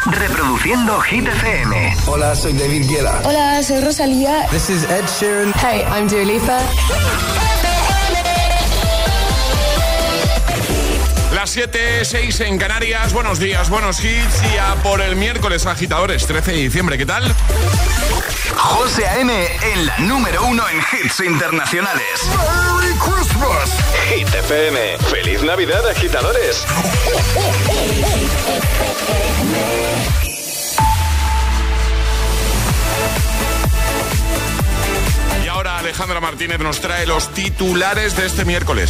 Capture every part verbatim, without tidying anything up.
Reproduciendo Hit F M. Hola, soy David Guetta. Hola, soy Rosalía. This is Ed Sheeran. Hey, I'm Dua Lipa. Las siete, seis en Canarias. Buenos días, buenos hits. Y a por el miércoles, agitadores, trece de diciembre. ¿Qué tal? José A M en la número uno en hits internacionales. ¡Merry Christmas! Hit F M. ¡Feliz Navidad, agitadores! Y ahora Alejandra Martínez nos trae los titulares de este miércoles.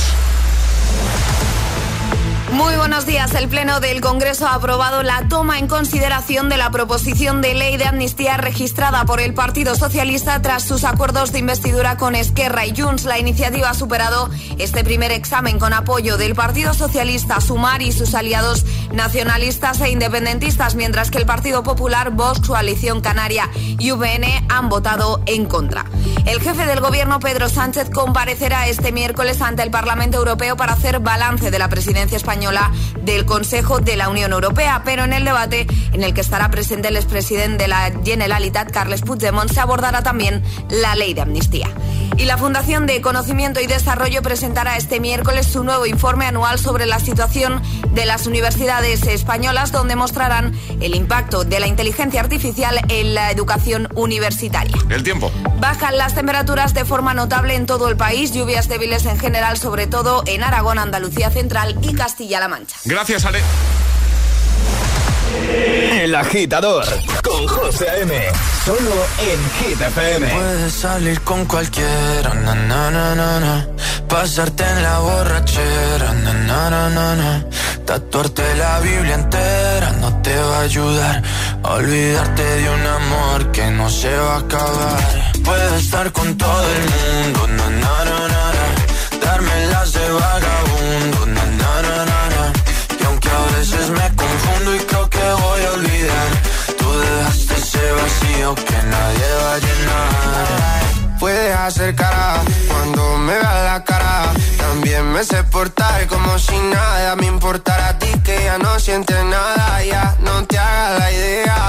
Muy buenos días. El Pleno del Congreso ha aprobado la toma en consideración de la proposición de ley de amnistía registrada por el Partido Socialista tras sus acuerdos de investidura con Esquerra y Junts. La iniciativa ha superado este primer examen con apoyo del Partido Socialista, Sumar y sus aliados nacionalistas e independentistas, mientras que el Partido Popular, Vox, Coalición Canaria y U P N han votado en contra. El jefe del Gobierno, Pedro Sánchez, comparecerá este miércoles ante el Parlamento Europeo para hacer balance de la presidencia española del Consejo de la Unión Europea, pero en el debate en el que estará presente el expresidente de la Generalitat, Carles Puigdemont, se abordará también la ley de amnistía. Y la Fundación de Conocimiento y Desarrollo presentará este miércoles su nuevo informe anual sobre la situación de las universidades españolas, donde mostrarán el impacto de la inteligencia artificial en la educación universitaria. El tiempo. Bajan las temperaturas de forma notable en todo el país, lluvias débiles en general, sobre todo en Aragón, Andalucía Central y Castilla-La Mancha. Gracias, Ale. El Agitador con José A M. Solo en Hit F M. Puedes salir con cualquiera, na, na, na, na, na. Pasarte en la borrachera, na, na, na, na, na. Tatuarte la Biblia entera no te va a ayudar a olvidarte de un amor que no se va a acabar. Puedes estar con todo el mundo, na, na, na, na, na. Darme las de vagabundo, na, na, na, na, na. Y aunque a veces me confundo y creo que voy a olvidar, tú dejaste ese vacío que nadie va a llenar. Puedes hacer cara cuando me veas la cara. También me sé portar como si nada me importara a ti, que ya no sientes nada. Ya no te hagas la idea.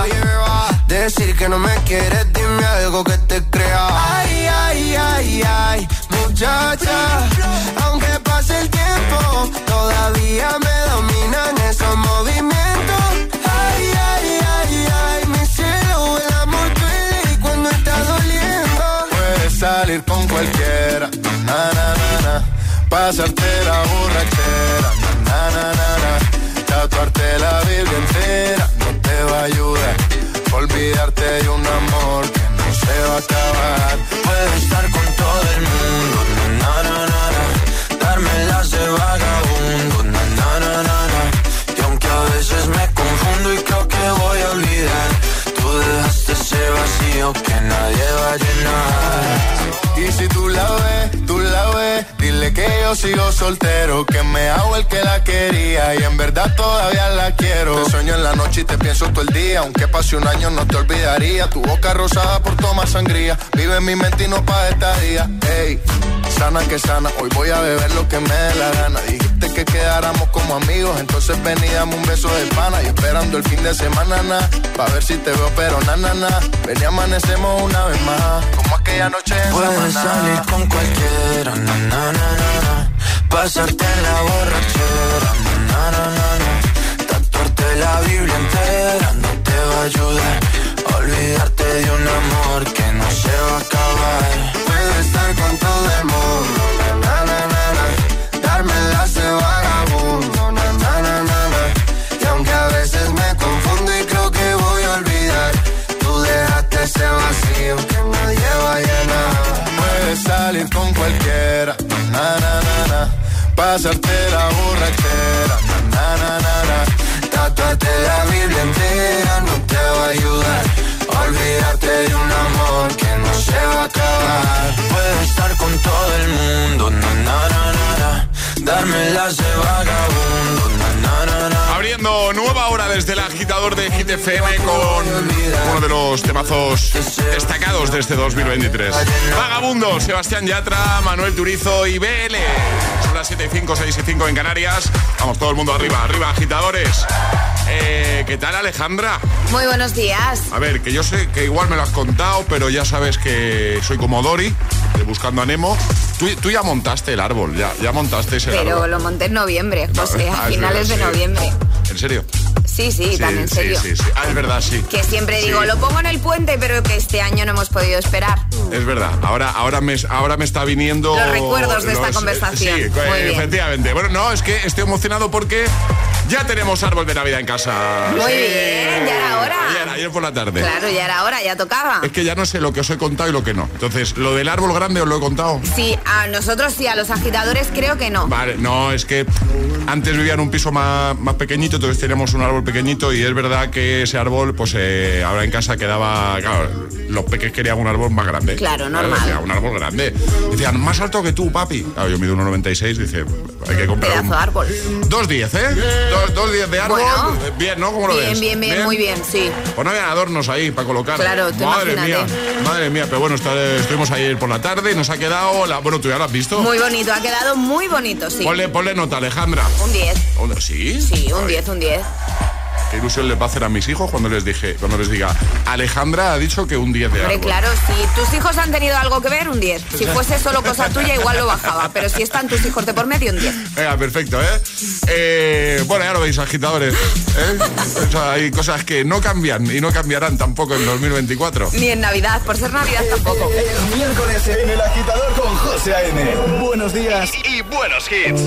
Decir que no me quieres, dime algo que te crea. Ay, ay, ay, ay, muchacha. Aunque pase el tiempo, todavía me dominan esos movimientos. Ay, ay, ay, ay, mi cielo, el amor duele y cuando está doliendo. Puedes salir con cualquiera, na, na, na, na. Pasarte la borrachera, na, na, na, na. Tatuarte la Biblia entera no te va a ayudar. Olvidarte de un amor que no se va a acabar. Puedes estar con todo el mundo, na, na, na, na. Darme las de vagabundo, na, na, na, na, na. Y aunque a veces me confundo y creo que voy a olvidar, tú dejaste ese vacío que nadie va a llenar. Y si tú la ves, tú la ves, dile que yo sigo soltero, que me hago el que la quería y en verdad todavía la quiero. Te sueño en la noche y te pienso todo el día, aunque pase un año no te olvidaría. Tu boca rosada por tomar sangría, vive en mi mente y no pa' estadía. Ey, sana que sana, hoy voy a beber lo que me dé la gana. Dijiste que quedáramos como amigos, entonces ven y dame un beso de pana. Y esperando el fin de semana, na, pa' ver si te veo pero na, na, na. Ven y amanecemos una vez más, como aquella noche en Puedes salir con cualquiera, na, na, na, na, na. Pasarte en la borrachera, na, na, na, na. Tatuarte la Biblia entera no te va a ayudar a olvidarte de un amor que no se va a acabar. Puedes estar con todo el mundo, na, na, na, na. Darme las de vagabundo, na, na, na, na, na. Y aunque a veces me confundo y creo que voy a olvidar, tú dejaste ese vacío que nadie va a llenar. Puedes salir con cualquiera, na, na, na, na. Pasarte la borrachera, na, na, na, na. Tatuarte la Biblia entera no te va a ayudar a olvidarte de un amor que no se va a acabar. Puedes estar con todo el mundo, na, na, na, na, na. Darme las de vagabundo, na, na, na, na. Abriendo nueva hora desde el agitador agitador de Hit F M con uno de los temazos destacados de este dos mil veintitrés. Vagabundo, Sebastián Yatra, Manuel Turizo y B L. Son las siete y cinco, seis y cinco en Canarias. Vamos, todo el mundo arriba, arriba, agitadores. Eh, ¿Qué tal, Alejandra? Muy buenos días. A ver, que yo sé que igual me lo has contado, pero ya sabes que soy como Dory, de Buscando a Nemo. Tú, tú ya montaste el árbol, ya, ya montaste ese árbol. Pero lo monté en noviembre, José, Ah, a finales verdad, de sí. noviembre. ¿En serio? Sí, sí, Sí, tan en sí, serio. sí, sí. Ah, es verdad, sí. Que siempre digo, Sí. lo pongo en el puente, pero que este año no hemos podido esperar. Es verdad, ahora, ahora, me, ahora me está viniendo... Los recuerdos de esta conversación. Sí, Muy bien. efectivamente. Bueno, no, es que estoy emocionado porque ya tenemos árbol de Navidad en casa. Muy Sí. bien, ya era hora. Ayer, ayer por la tarde. Claro, ya era hora, ya tocaba. Es que ya no sé lo que os he contado y lo que no. Entonces, ¿lo del árbol grande os lo he contado? Sí, a nosotros sí, a los agitadores creo que no. Vale, no, es que antes vivía en un piso más, más pequeñito, entonces teníamos un árbol pequeñito y es verdad que ese árbol, pues eh, ahora en casa quedaba, claro, los peques querían un árbol más grande. Claro, ¿vale? normal. Decían, un árbol grande. Decían, más alto que tú, papi. Claro, yo mido uno noventa y seis, dice, hay que comprar Pedazo un... de árbol. dos diez, ¿eh? Dos, dos diez de árbol. Bueno. Bien, ¿no? ¿Cómo lo Bien, ves? bien, bien, muy bien, sí. Pues no había adornos ahí para colocar. Claro, tú Madre imagínate. mía, madre mía. Pero bueno, está- estuvimos ayer por la tarde y nos ha quedado... La... Bueno, tú ya lo has visto. Muy bonito, ha quedado muy bonito, sí. Ponle, ponle nota, Alejandra. Un diez. ¿Dónde? ¿Sí? Sí, un Ay, diez, un diez. Qué ilusión les va a hacer a mis hijos cuando les dije, cuando les diga, Alejandra ha dicho que un diez de Hombre, árbol. claro, si tus hijos han tenido algo que ver, un diez. Si fuese solo cosa tuya, igual lo bajaba. Pero si están tus hijos de por medio, un diez. Venga, perfecto, ¿eh? Eh, Bueno, ya lo veis, agitadores. ¿eh? O sea, hay cosas que no cambian y no cambiarán tampoco en dos mil veinticuatro. Ni en Navidad, por ser Navidad tampoco. El miércoles en El Agitador con José A M. Buenos días. Y buenos hits.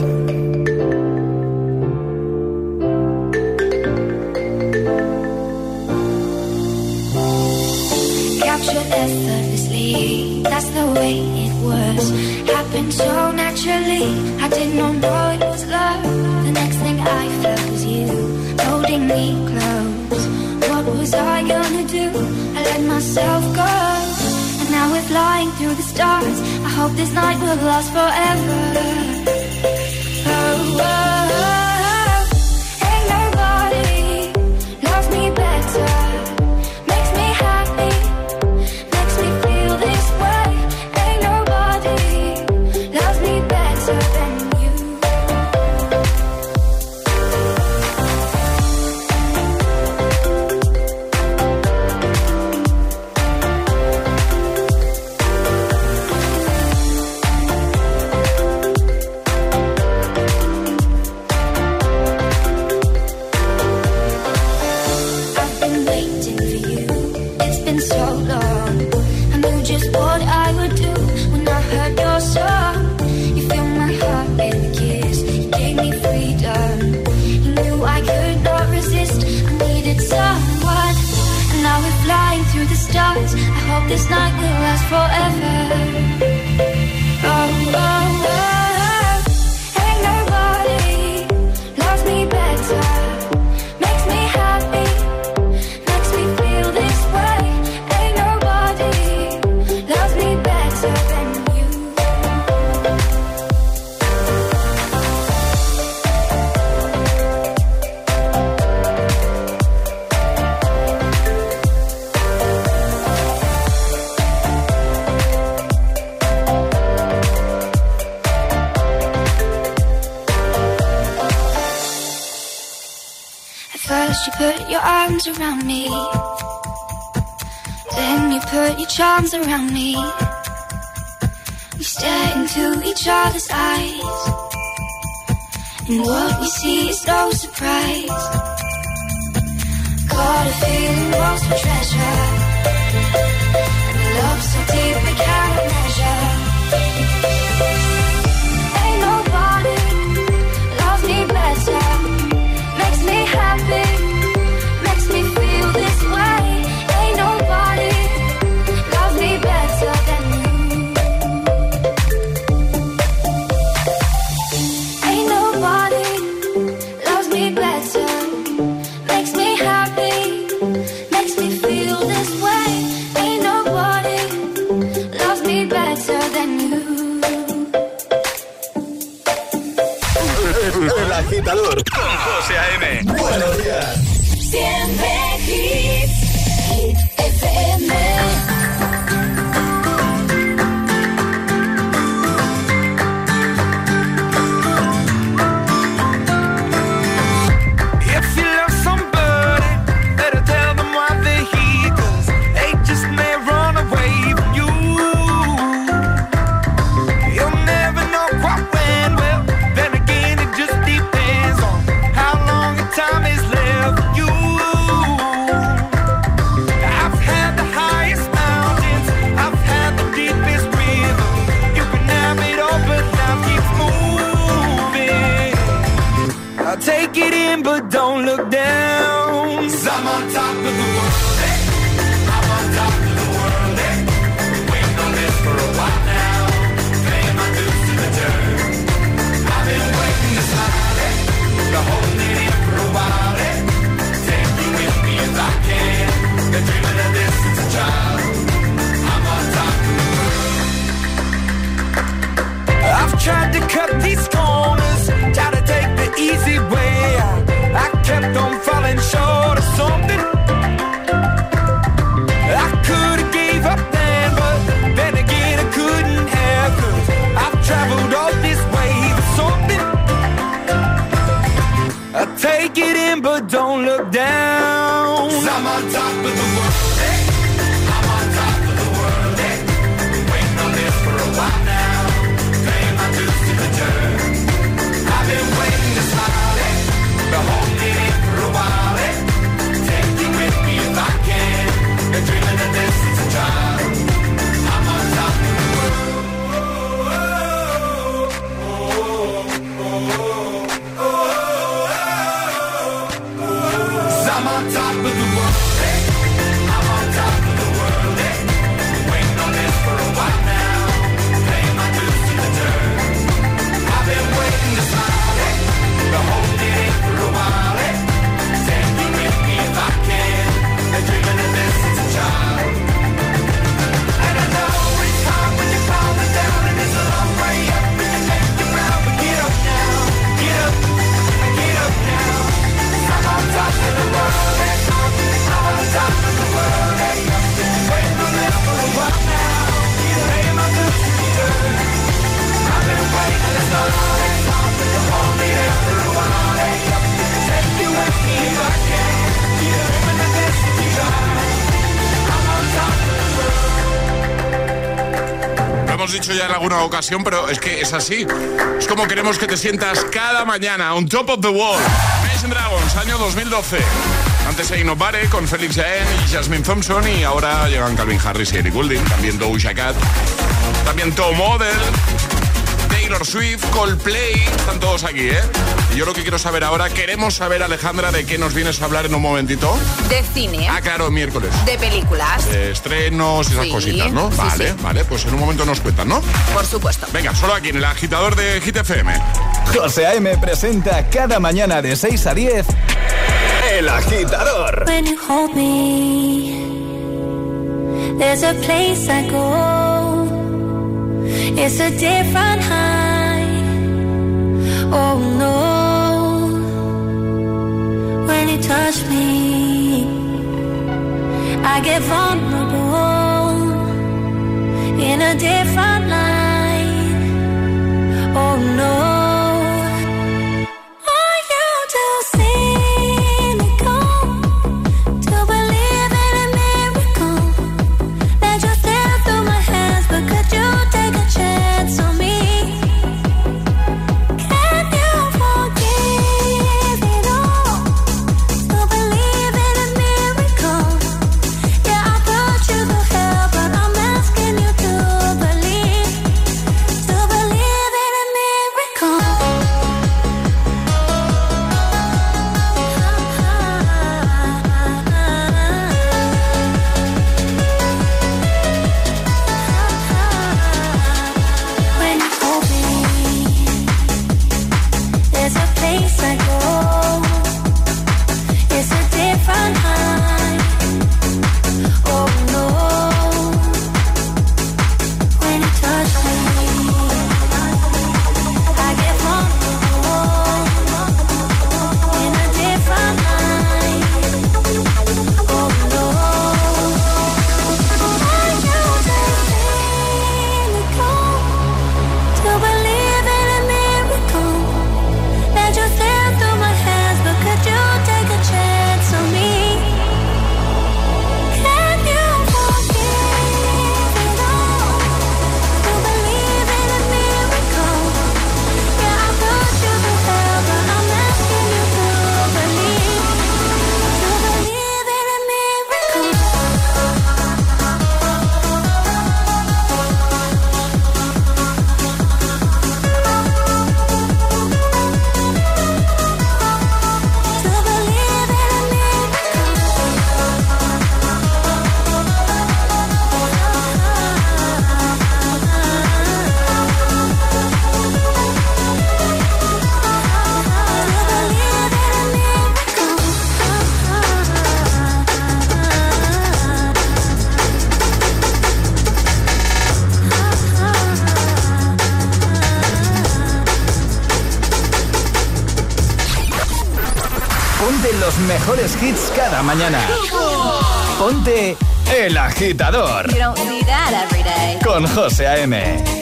Captured effortlessly, that's the way it was. Happened so naturally, I did not know it was love. The next thing I felt was you, holding me close. What was I gonna do? I let myself go. And now we're flying through the stars. I hope this night will last forever. Oh, oh, oh. Ain't nobody loves me better. Makes me happy. Makes me feel this way. Ain't nobody loves me better than you. I've been waiting for you. It's been so long. I knew just what I would do when I heard your song. You filled my heart with a kiss. You gave me freedom. You knew I could not resist. I needed someone. And now we're flying through the stars. I hope this night will last forever. Oh, oh, oh. Ain't nobody loves me better. Makes me happy. Makes me feel this way. Ain't nobody loves me better than you. At first you put your arms around me. Then you put your charms around me. We stare into each other's eyes. And what we see is no surprise. Got a feeling lost for treasure. And a love so deep we cannot measure. Ain't nobody loves me better. Makes me happy. Makes me feel this way. Ain't nobody loves me better than you. Ain't nobody loves me better. Makes me happy. Makes me feel this way. Ain't nobody loves me better than you. El Agitador Con José A M. Buenos días. Siempre I'm on top of the world, hey. I'm on top of the world, hey. Waiting on this for a while now. Paying my dues to the dirt. I've been waiting to slide, hey. Been holding it in for a while, hey. Take you with me if I can. Been dreaming of this since a child. I'm on top of the world. I've tried to cut these corners, try to take the easy way out. I kept on falling short of something. I could've gave up then, but then again I couldn't have, 'cause I've traveled all this way for something. I take it in but don't look down, 'cause I'm on top of the world, hey. I'm on top of the world, hey. Been waiting on this for a while now. Paying my dues to the dirt. I've been waiting to smile, hey. Been holding it in for a while, hey. Take you with me if I can. Been dreaming of this since a child. I'm on top of the world. I'm on top of the world, hey. I'm on top of the world, hey. Waiting on this for a while now. Paying my dues to the dirt. I've been waiting to smile, hey. Been holding it in for a while, hey. Take you with me if I can. Been dreaming of this since a child. And I know it's hard when you're falling down, and it's a long way up, and you make you proud, but get up now, get up, get up now. I'm on top of the world, hey. I'm on top of the world, hey. Waiting on this for a while now. Paying my dues to the dirt. I've been waiting to start, hey. Hold me there for a while, hey. Take you with me if I can. Dreaming of this if you try. I'm on top of the world. Lo hemos dicho ya en alguna ocasión, pero es que es así. Es como queremos que te sientas cada mañana, on top of the world. Imagine Dragons, año dos mil doce. Antes Ain't Nobody con Felix Jaén y Jasmine Thompson, y ahora llegan Calvin Harris y Ellie Goulding, también Doja Cat, también Tom Model, Taylor Swift, Coldplay, están todos aquí, ¿eh? Y yo lo que quiero saber ahora, queremos saber, Alejandra, de qué nos vienes a hablar en un momentito. De cine. Ah, claro, miércoles. De películas. De estrenos y esas Sí, cositas, ¿no? sí, Vale, sí. vale, pues en un momento nos cuentan, ¿no? Por supuesto. Venga, solo aquí en el agitador de Hit F M. José A.M. presenta cada mañana de seis a diez El Agitador. When you hold me, there's a place I go. It's a different high. Oh no. When you touch me, I get vulnerable in a different light. Oh no. Believe los mejores hits cada mañana. Ponte El Agitador. You don't see that every day. Con José A M.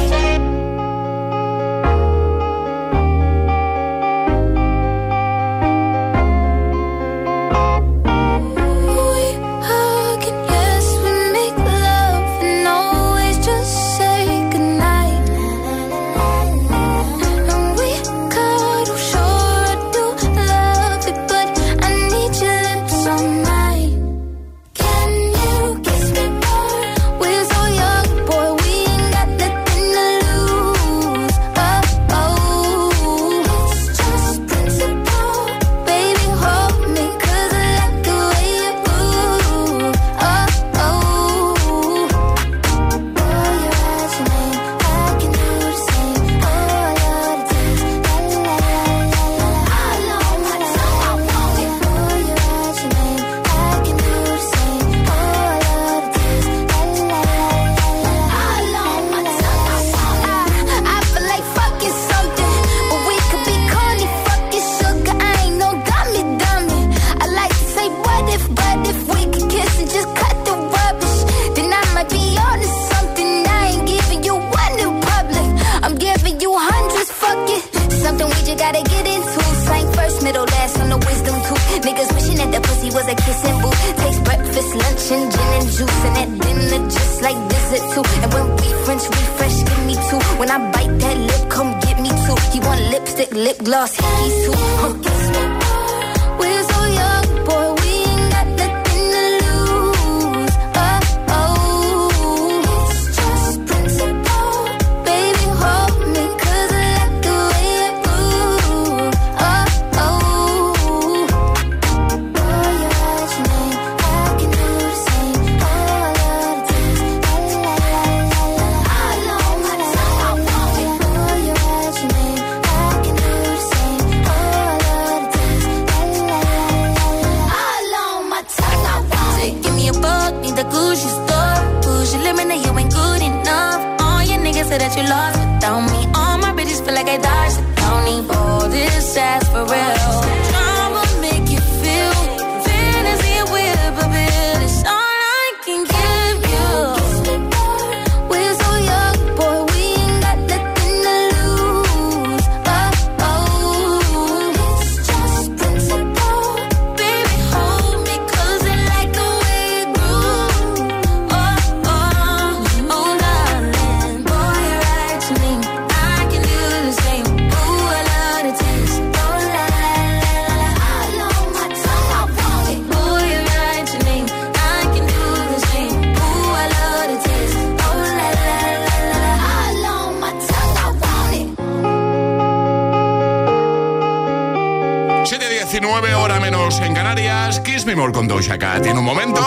diecinueve, hora menos en Canarias. Kiss Me More con Doja Cat. Y en un momento,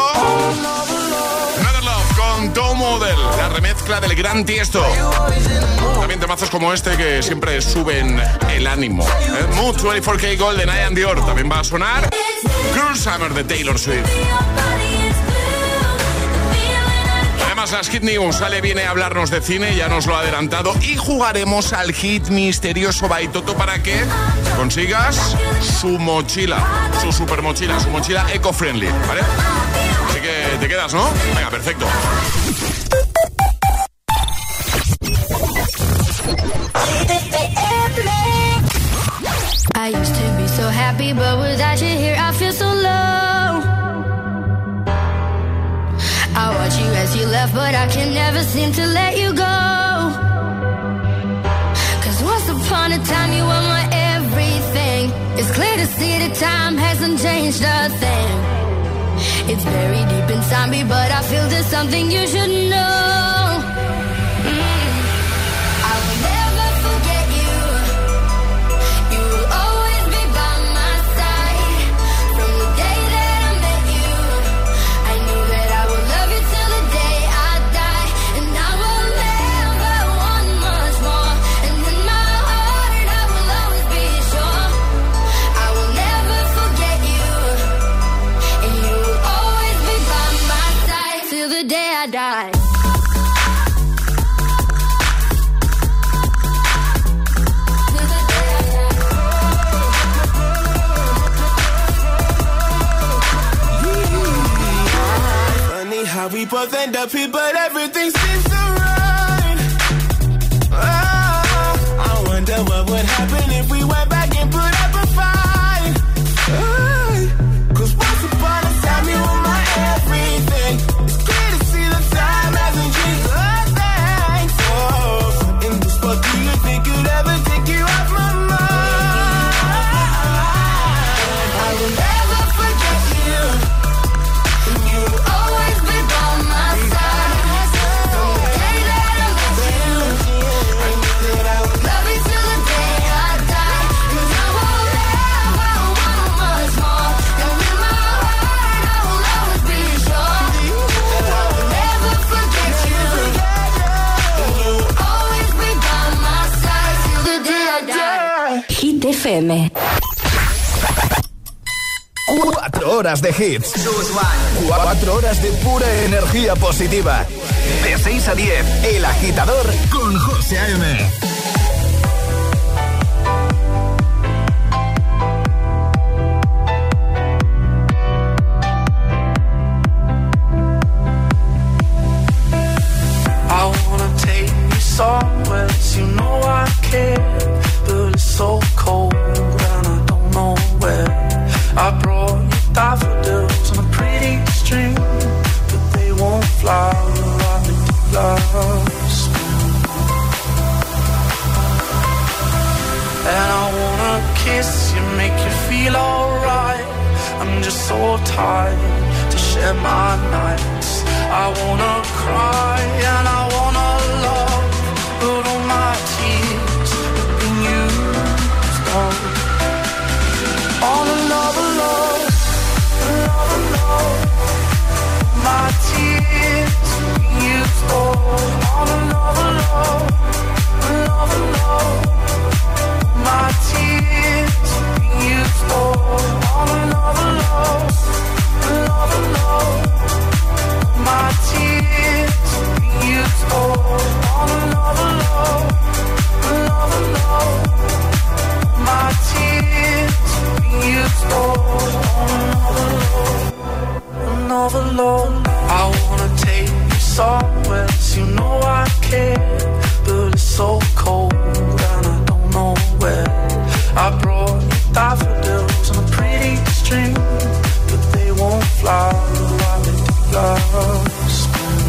Another Love con Toe Model, la remezcla del gran Tiesto. También temazos como este que siempre suben el ánimo. ¿eh? Mood, veinticuatro K Gold de Niall Dior. También va a sonar Cruel Summer de Taylor Swift. Además, las Hit News, sale viene a hablarnos de cine, ya nos lo ha adelantado, y jugaremos al hit misterioso Baitoto para que consigas su mochila, su super mochila, su mochila eco-friendly, ¿vale? Así que te quedas, ¿no? Venga, perfecto. I used to be so happy, but without you here, I feel so low. I watch you as you left, but I can never seem to let you go. Cause once upon a time you were my everything. It's clear to see that time hasn't changed a thing. It's buried deep inside me, but I feel there's something you should know. Mm. I will never forget you. You will always be by my side. From the day that I met you, I knew that I would love you till the day I die. And I will never want much more. And in my heart I will always be sure. I will never forget you. And you will always be by my side till the day I die. how we both end up here, but everything seems so right. Oh, I wonder what would happen if we went back and put up a fight. Oh, cause once upon a time you were my everything. It's clear to see the time hasn't changed a thing. Oh, in this world, do you think you'd ever take you off my mind? I will never forget you. You'll always be by my side. From the day that I met you, I knew that I would love you till the day I die. Cause I won't ever want much more. And in my heart I will always be sure that I will never forget you. You'll always be by my side till the day I die. Hit F M. Cuatro horas de hits. Cuatro horas de pura energía positiva. De seis a diez, El Agitador con José A.M. I wanna take you somewhere, you know I care, but it's so cold and I don't know where. I brought you daffodils on a pretty string, but they won't flower like they do last spring. And I wanna kiss you, make you feel alright. I'm just so tired to share my nights. I wanna cry and I wanna love, but all my tears have been used up. All another love, another love. My tears have been used up. All another love, another love. My tears have been used up. All another love, another love. My tears have been used up. All another love, another love. My tears have been used up. Another love, another love. I wanna take you somewhere, you know I care, but it's so cold and I don't know where. I brought you daffodils on a pretty string, but they won't flower like they do last spring.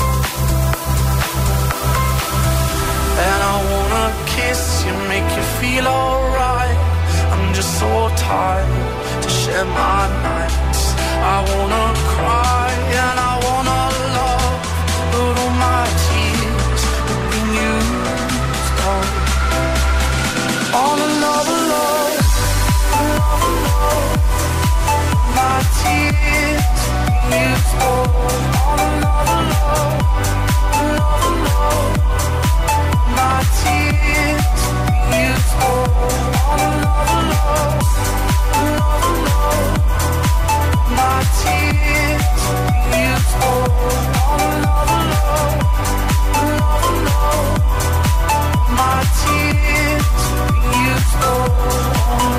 And I wanna kiss you, make you feel alright. I'm just so tired to share my nights. I wanna cry and I wanna love, but all my tears have been used up. On another love, another love. My tears have been used up. On another love, another love. My tears have been used up. On another love, another love. My tears have been used up. On another love, another love. My tears have been used up. On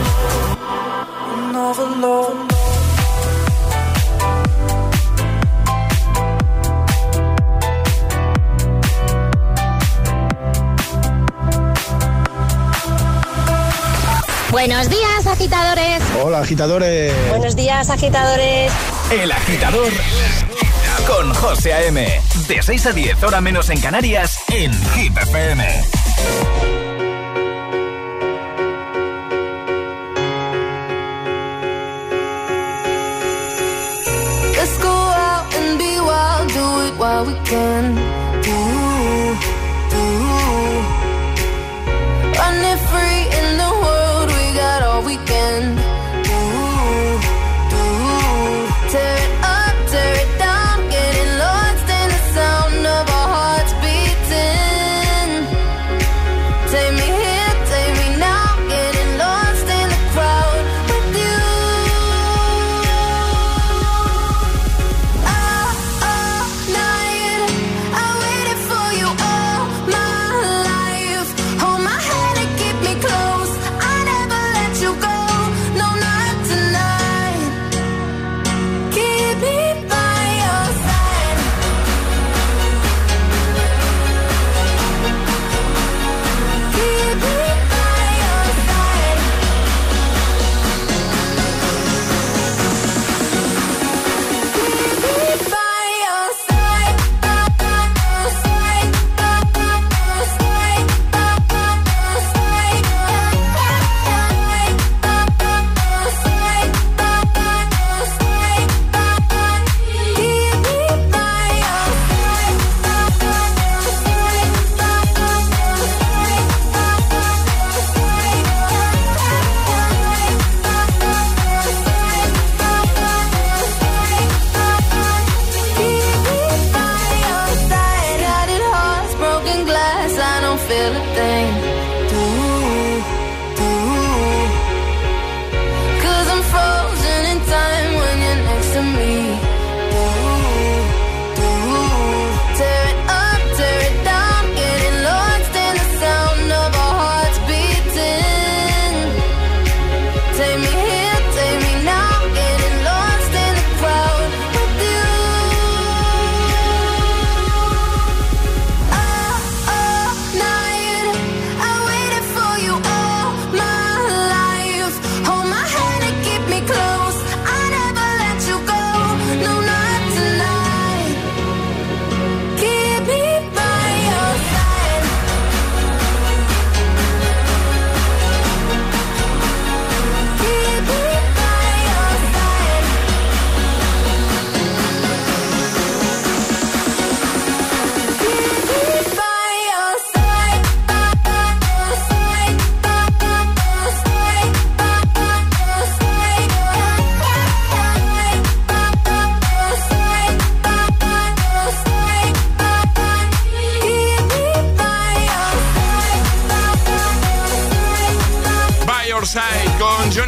another love, another love. Buenos días, agitadores. Hola, agitadores. Buenos días, agitadores. El Agitador con José A.M. De seis a diez, hora menos en Canarias, en Hit F M. Let's go out and be wild, do it while we can. Do, do. Running free in the world, we got all weekend. Do, do. Tear it up, tear it down, getting lost in the sound of our hearts beating. Take me here, take me now, getting lost in the crowd with you. All, all night, I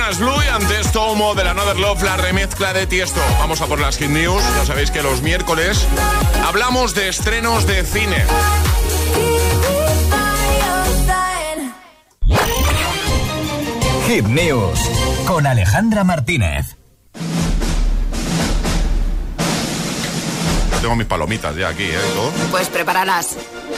Jonas Blue y antes Tomo de la Another Love, la remezcla de Tiesto. Vamos a por las Hit News. Ya sabéis que los miércoles hablamos de estrenos de cine. Hit News con Alejandra Martínez. Tengo mis palomitas ya aquí, ¿eh? ¿Todo? Pues prepáralas.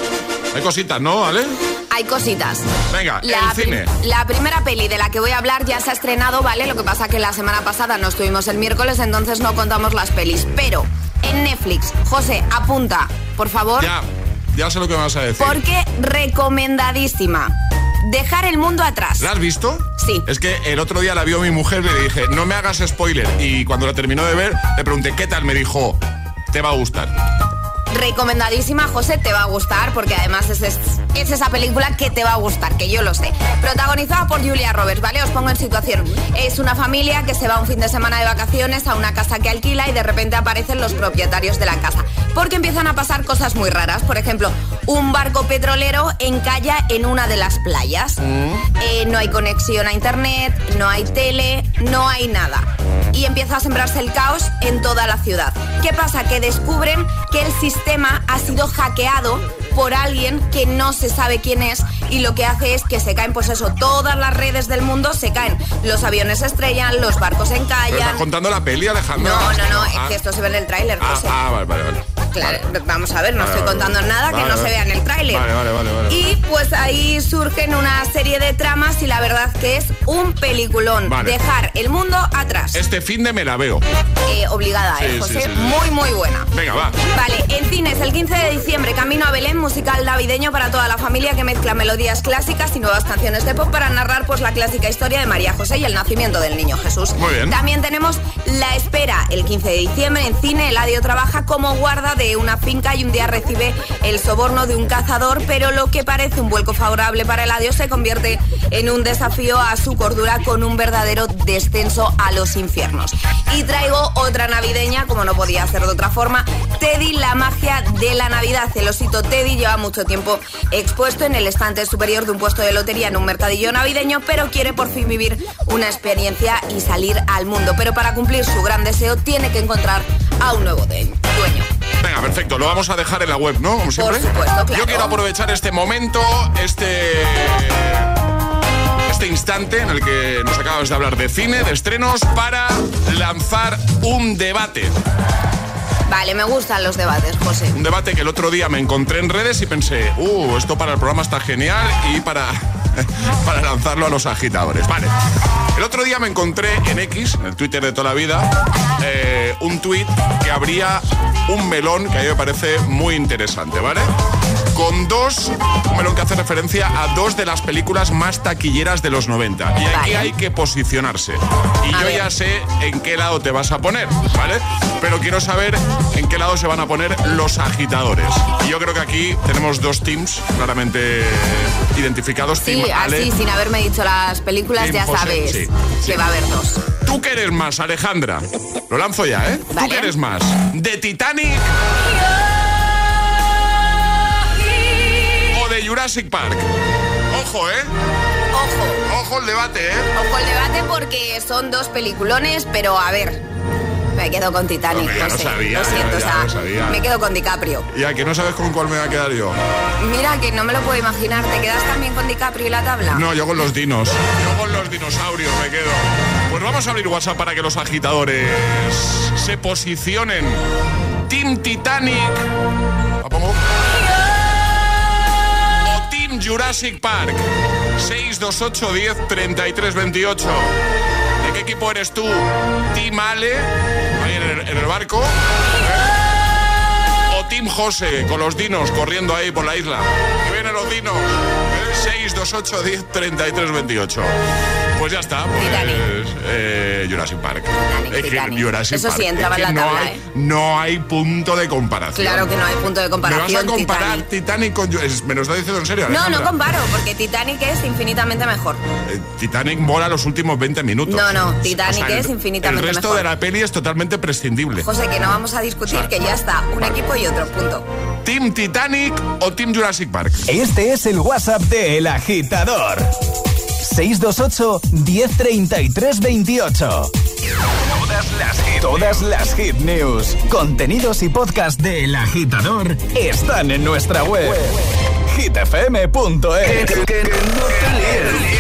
Hay cositas, ¿no, Ale? Hay cositas. Venga, la el cine. Pri- la primera peli de la que voy a hablar ya se ha estrenado, ¿vale? Lo que pasa que la semana pasada no estuvimos el miércoles, entonces no contamos las pelis. Pero en Netflix, José, apunta, por favor. Ya, ya sé lo que me vas a decir. Porque recomendadísima. Dejar el mundo atrás. ¿La has visto? Sí. Es que el otro día la vio mi mujer y le dije, no me hagas spoiler. Y cuando la terminó de ver, le pregunté, ¿qué tal? Me dijo, te va a gustar. Recomendadísima, José, te va a gustar porque además es, es, es esa película que te va a gustar, que yo lo sé. Protagonizada por Julia Roberts, ¿vale? Os pongo en situación. Es una familia que se va un fin de semana de vacaciones a una casa que alquila y de repente aparecen los propietarios de la casa. Porque empiezan a pasar cosas muy raras. Por ejemplo, un barco petrolero encalla en una de las playas. Mm. Eh, no hay conexión a internet, no hay tele, no hay nada. Y empieza a sembrarse el caos en toda la ciudad. ¿Qué pasa? Que descubren que el sistema ha sido hackeado por alguien que no se sabe quién es y lo que hace es que se caen, pues eso, todas las redes del mundo se caen. Los aviones se estrellan, los barcos se encallan. ¿Pero estás contando la peli, Alejandro? No, no, no, ah. es que esto se ve en el tráiler, ah, José. Ah, vale, vale, vale. Claro, vale. vamos a ver, no vale, estoy vale, contando vale. nada vale, que no vale. se vea en el tráiler. Vale, vale, vale, vale. Y pues ahí surgen una serie de tramas y la verdad que es un peliculón. Vale. Dejar el mundo atrás. Este fin de me la veo. Eh, obligada, sí, eh, José. Sí, sí, sí. Muy, muy buena. Venga, va. Vale, en cines el quince de diciembre, Camino a Belén, musical navideño para toda la familia que mezcla melodías clásicas y nuevas canciones de pop para narrar pues la clásica historia de María José y el nacimiento del niño Jesús. Muy bien. También tenemos La Espera, el quince de diciembre en cine. Eladio trabaja como guarda de una finca y un día recibe el soborno de un cazador, pero lo que parece un vuelco favorable para Eladio se convierte en un desafío a su cordura con un verdadero descenso a los infiernos. Y traigo otra navideña, como no podía ser de otra forma, Teddy, la magia de la Navidad. El osito Teddy lleva mucho tiempo expuesto en el estante superior de un puesto de lotería en un mercadillo navideño, pero quiere por fin vivir una experiencia y salir al mundo. Pero para cumplir su gran deseo tiene que encontrar a un nuevo dueño. Venga, perfecto, lo vamos a dejar en la web, ¿no? Como siempre. Por supuesto, claro. Yo quiero aprovechar este momento, este... este instante en el que nos acabas de hablar de cine, de estrenos, para lanzar un debate. Vale, me gustan los debates, José. Un debate que el otro día me encontré en redes y pensé, uh, esto para el programa está genial y para, para lanzarlo a los agitadores. Vale. El otro día me encontré en X, en el Twitter de toda la vida, eh, un tuit que abría un melón que a mí me parece muy interesante, ¿vale? Con dos, un melón que hace referencia a dos de las películas más taquilleras de los noventa. Y aquí vale. hay que posicionarse. Y a yo ver. ya sé en qué lado te vas a poner, ¿vale? Pero quiero saber en qué lado se van a poner los agitadores. Y yo creo que aquí tenemos dos teams claramente identificados. Sí, Team Ale, así, sin haberme dicho las películas, Team ya José, sabes sí, que sí. va a haber dos. ¿Tú qué eres más, Alejandra? Lo lanzo ya, ¿eh? Vale. ¿Tú qué eres más? ¿De Titanic o de Jurassic Park? Ojo, ¿eh? Ojo. Ojo el debate, ¿eh? Ojo el debate porque son dos peliculones, pero a ver, me quedo con Titanic. Hombre, ya no lo sé, sabía, lo siento, ya- ya o sea, lo sabía. me quedo con DiCaprio. Ya, que no sabes con cuál me voy a quedar yo. Mira, que no me lo puedo imaginar. ¿Te quedas también con DiCaprio y la tabla? No, yo con los dinos. Yo con los dinosaurios me quedo. Pues vamos a abrir WhatsApp para que los agitadores se posicionen. Team Titanic. ¿La pongo? O Team Jurassic Park. seis dos ocho diez treinta y tres veintiocho. ¿De qué equipo eres tú? Team Ale, ahí en el, en el barco. ¿Eh? O Team José, con los dinos corriendo ahí por la isla. Que vienen los dinos. seis dos ocho diez treinta y tres veintiocho. Pues ya está, pues eh, Jurassic Park. Titanic, Es que Titanic. Jurassic Eso Park, sí, entraba es que en la no tabla, hay, ¿eh? no hay punto de comparación. Claro que no hay punto de ¿Me comparación. vas a comparar Titanic. Titanic, con... es- ¿Me lo estás diciendo en serio, No, Alejandra? no comparo, porque Titanic es infinitamente mejor. Eh, Titanic mola los últimos veinte minutos. No, no, Titanic el- es infinitamente El resto mejor. de la peli es totalmente prescindible. José, que no vamos a discutir, O sea, que ya está, un vale. equipo y otro, punto. ¿Team Titanic o Team Jurassic Park? Este es el WhatsApp de El Agitador. seis dos ocho, uno cero tres tres veintiocho. Todas las hit, todas las hit news, contenidos y podcast de El Agitador están en nuestra web hit f m punto e s. Que, que, que no te líes.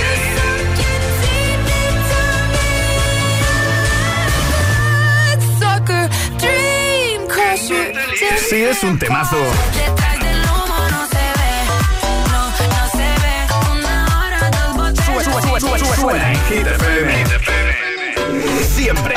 Sí, es un temazo. Suena, suena, suena, suena en Hit F M. Siempre.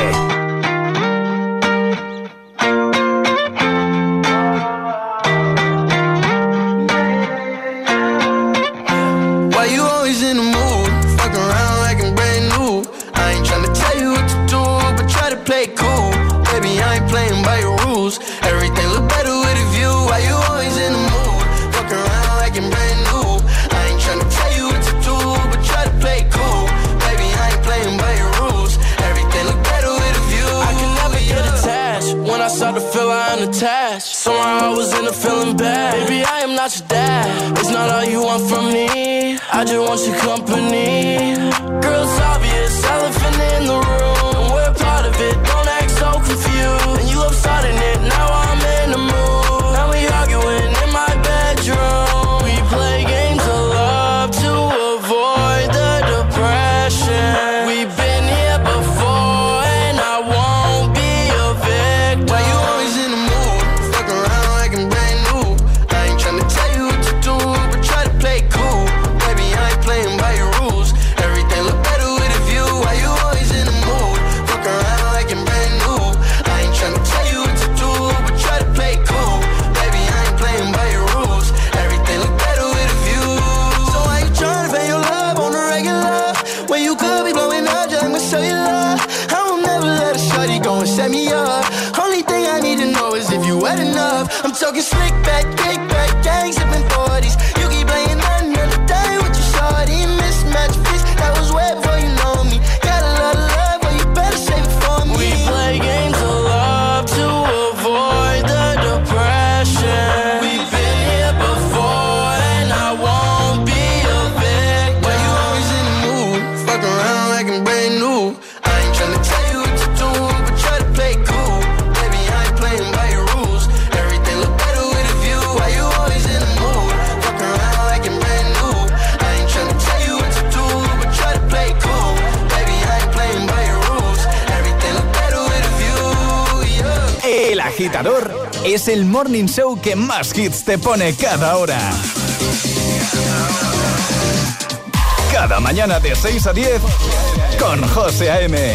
Why you always in the mood? Fuck around like I'm brand new. I ain't tryna tell you what to do, but try to play cool. Baby, I ain't playing by your rules. Everything look better with a view. Why you always in the mood? Fuck around like I'm brand new. I ain't tryna tell you what to do, but try to play cool. Baby, I ain't playing by your rules. Everything look better with a view. I can never yeah. get attached. When I start to feel I'm unattached, somehow I was in a feeling bad. Baby, I am not your dad. It's not all you want from me. I just want your company. Girl, it's obvious, elephant in the room, and we're part of it. Don't act so confused. And you love starting it, now I'm in the mood. Now we arguing in my bedroom. We play games of love to avoid the depression. We've been here before, and I won't be a victim. Why you always in the mood? Fuck around like I'm brand new. I ain't tryna tell you what to do, but try to play cool. Baby, I ain't playing by your rules. Everything look better with a view. Why you always in the mood? Fuck around like I'm brand new. I ain't tryna tell you what to do, but try to play cool. Baby, I ain't playing by your rules. Everything look better with a view. So why you tryna pay your love on the regular, when you could be blowing up just like my cellular? I will never let a shawty go and set me up. Only thing I need to know is if you wet enough. I'm talking slick back, kick back, gang sipping forties. You keep playing another day with your shawty. Mismatch fish, that was way before you know me. Got a lot of love, but you better save it for me. We play games of love to avoid the depression. We've been here before, and I won't be a victim. Why you always in the mood? Fuck around like I'm brand new. I ain't tryna tell you what to do, but try to play cool. Baby, I ain't playing by your rules. Everything look better with a view. Why you always in the mood? Fuck around like I'm brand new. I ain't tryna tell you what to do, but try to play cool. Baby, I ain't playing by your rules. Everything look better with a view, yeah. El Agitador es el morning show que más hits te pone cada hora. Cada mañana de seis a diez con José A M.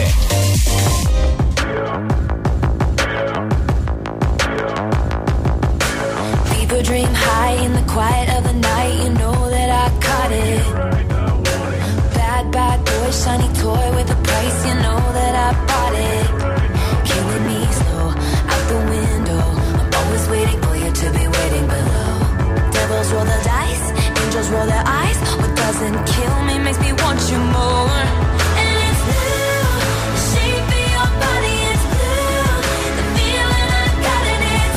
People dream high in the quiet of the night. You know that I caught it. Bad, bad boy, shiny toy with a price. You know that I bought it. Killing me slow, out the window. I'm always waiting for you to be waiting below. Devils roll the dice, angels roll their eyes. What doesn't kill me makes me want you more. And it's blue, the shape of your body is blue. The feeling I got in it,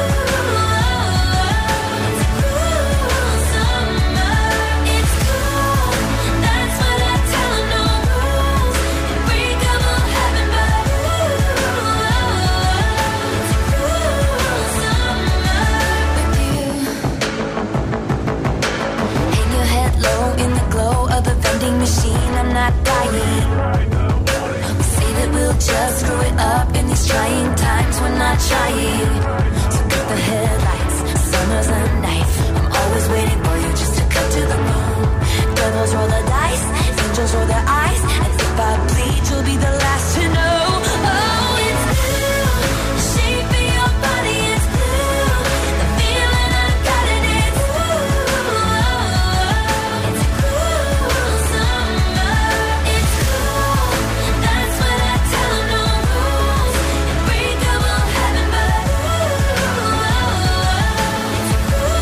ooh. It's a cruel summer. It's cool, that's what I tell 'em. No rules, unbreakable heaven, but ooh. It's a cruel summer with you. Hang your head low in the glow of the vending machine. I'm not dying. We say that we'll just screw it up in these trying times. We're not trying. So cut the headlights. Summer's a knife. I'm always waiting for you just to cut to the bone. Devils roll the dice. Angels roll their eyes. And if I bleed, you'll be the last to know. Oh, it's blue. The shape of your body is blue. The feeling I got in it, ooh. It's a cruel summer. It's cool, that's what I tell 'em. No rules, unbreakable heaven, but ooh. It's a cruel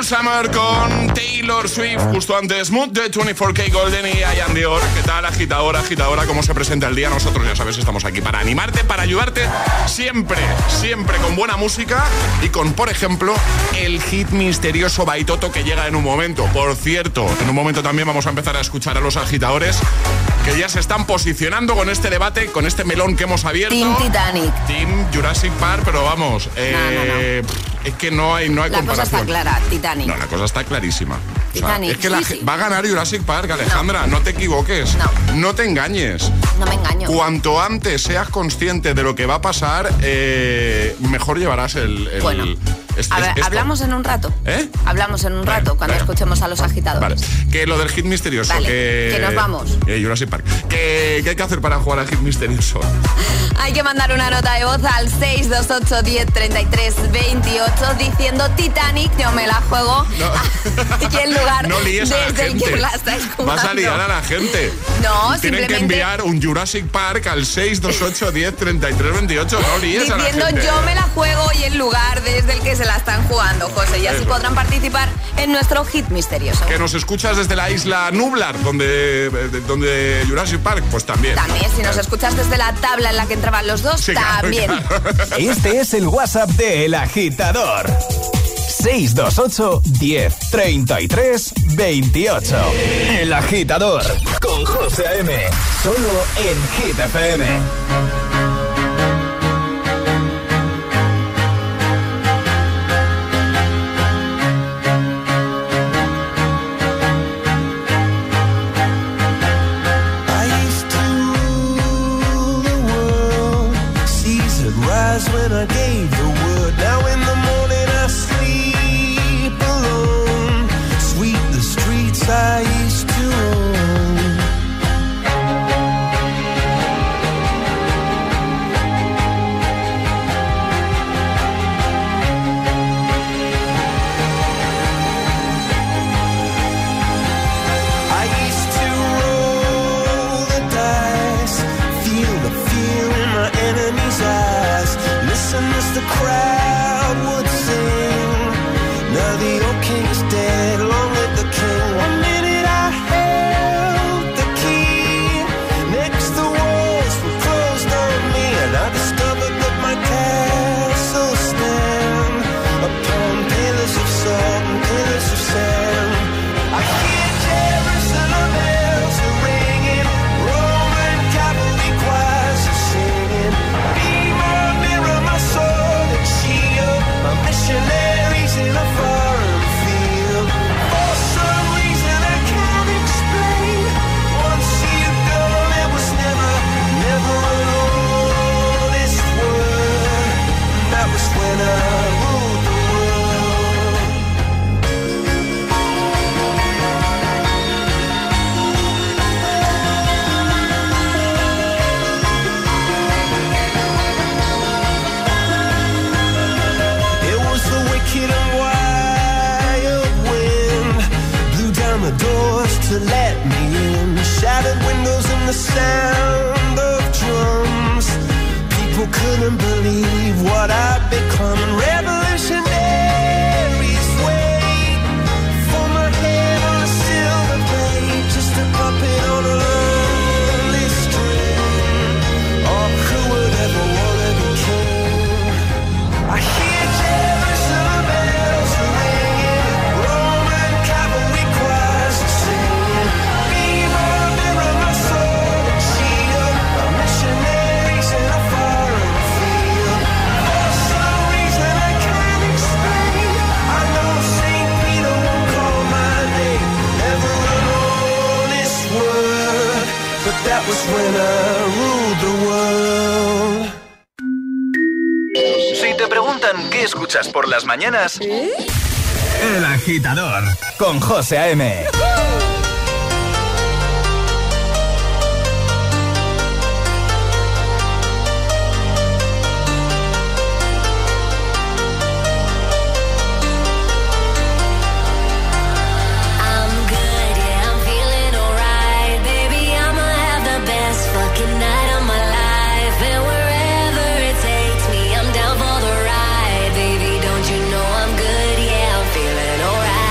Summer con Taylor Swift, justo antes Mood de veinticuatro K Golden y Ian Dior. ¿Qué tal, agitadora, agitadora? ¿Cómo se presenta el día? Nosotros, ya sabes, estamos aquí para animarte, para ayudarte siempre, siempre con buena música y con, por ejemplo, el hit misterioso Baitoto que llega en un momento. Por cierto, en un momento también vamos a empezar a escuchar a los agitadores que ya se están posicionando con este debate, con este melón que hemos abierto. Team Titanic. Team Jurassic Park, pero vamos, eh, no, no, no. es que no hay, no hay la comparación. La cosa está clara, Titanic. No, la cosa está clarísima. Titanic. O sea, es que sí, la, sí. va a ganar Jurassic Park, Alejandra, no, no te equivoques. No. No te engañes. No me engaño. Cuanto antes seas consciente de lo que va a pasar, eh, mejor llevarás el... el bueno. Es, a ver, es hablamos en un rato. ¿Eh? Hablamos en un Vale, rato cuando vale. escuchemos a los agitadores. Vale, que lo del hit misterioso. Vale, que, que nos vamos. Eh, Jurassic Park. ¿Qué, ¿Qué hay que hacer para jugar al hit misterioso? Hay que mandar una nota de voz al seis dos ocho, diez, treinta y tres, veintiocho diciendo Titanic, yo me la juego. No. Y el lugar No líes a la desde el gente. que la estáis jugando. Vas a liar a la gente. No, Tienen simplemente que enviar un Jurassic Park al seis dos ocho, diez, treinta y tres, veintiocho. No líes a la gente. diciendo yo me la juego y el lugar desde el que se la están jugando, José. Y así Eso. podrán participar en nuestro hit misterioso. Que nos escuchas desde la isla Nublar, donde, de- donde Jurassic Park, pues también. También, si nos escuchas desde la tabla en la que entraban los dos, Sí, claro, también. claro. Este es el WhatsApp de El Agitador. seis dos ocho, diez, treinta y tres, veintiocho. El Agitador con José A M. Solo en Hit F M. I used to rule the world. Seas would rise when I gave the word. Now in the morning I sleep alone. Sweep the streets I used to own. I used to roll the dice, feel the fear in my enemy's eyes, listen as the crowd would sing. Now the old king is dead, long live the king. One minute I held the key, next the walls were closed on me, and I discovered that my castle stand upon pillars of salt and pillars of sand. I hear Jerusalem bells are ringing, Roman cavalry choirs are singing. Be my mirror, my sword and shield, my missionaries in a foreign field. For some reason I can't explain, once you go there was never, never an honest word. And that was when I ruled the world. It was the wicked and wild wind, blew down the doors to let me in, shattered windows and the sound of drums. People couldn't believe what I'd become. And revolutionaries wait for my head on a silver plate, just a puppet on a lonely string. Oh, who would ever wanna be king? I hear Jerusalem bells are ringing, Roman cavalry choirs are singing. Be my mirror, my sword and shield, my missionaries in a foreign field. For some reason I can't explain, I know Saint Peter won't call my name, never an honest word, but that was when I ruled the world. Si te preguntan qué escuchas por las mañanas, El Agitador con José A M. I'm good, yeah, I'm feeling alright. Baby, I'ma have the best fucking night of my life. And wherever it takes me, I'm down for the ride. Baby, don't you know I'm good, yeah, I'm feeling alright.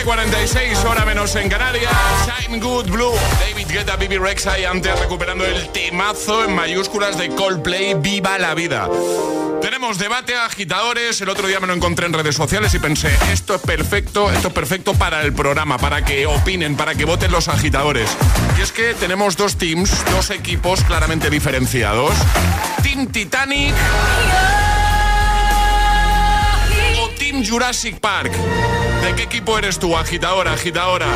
cuarenta y seis, hora menos en Canarias. I'm Good Blue, David Guetta, Bibi Rexha y antes recuperando el temazo en mayúsculas de Coldplay, Viva la Vida. Tenemos debate, agitadores. El otro día me lo encontré en redes sociales y pensé, esto es perfecto, esto es perfecto para el programa, para que opinen, para que voten los agitadores. Y es que tenemos dos teams, dos equipos claramente diferenciados. Team Titanic o Team Jurassic Park. ¿De qué equipo eres tú, agitadora, agitadora?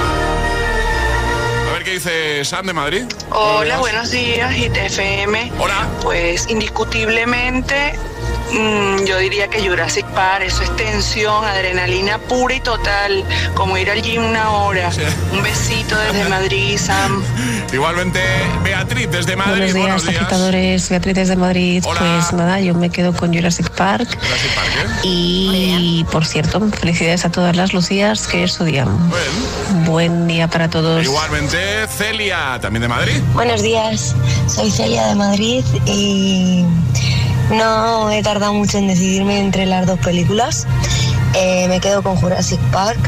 A ver qué dice Sam de Madrid. Hola, buenos días, I T F M. Hola. Pues indiscutiblemente mmm, yo diría que Jurassic Park, eso es tensión, adrenalina pura y total, como ir al gym una hora. Sí. Un besito desde Madrid, Sam. Igualmente, Beatriz desde Madrid. Buenos días, buenos días. agitadores. Beatriz desde Madrid. Hola. Pues nada, yo me quedo con Jurassic Park. Jurassic Park, ¿eh? Y, por cierto, felicidades a todas las Lucías que es su día. Bueno. Buen día para todos. Igualmente, Celia, también de Madrid. Buenos días, soy Celia de Madrid y no he tardado mucho en decidirme entre las dos películas. Eh, me quedo con Jurassic Park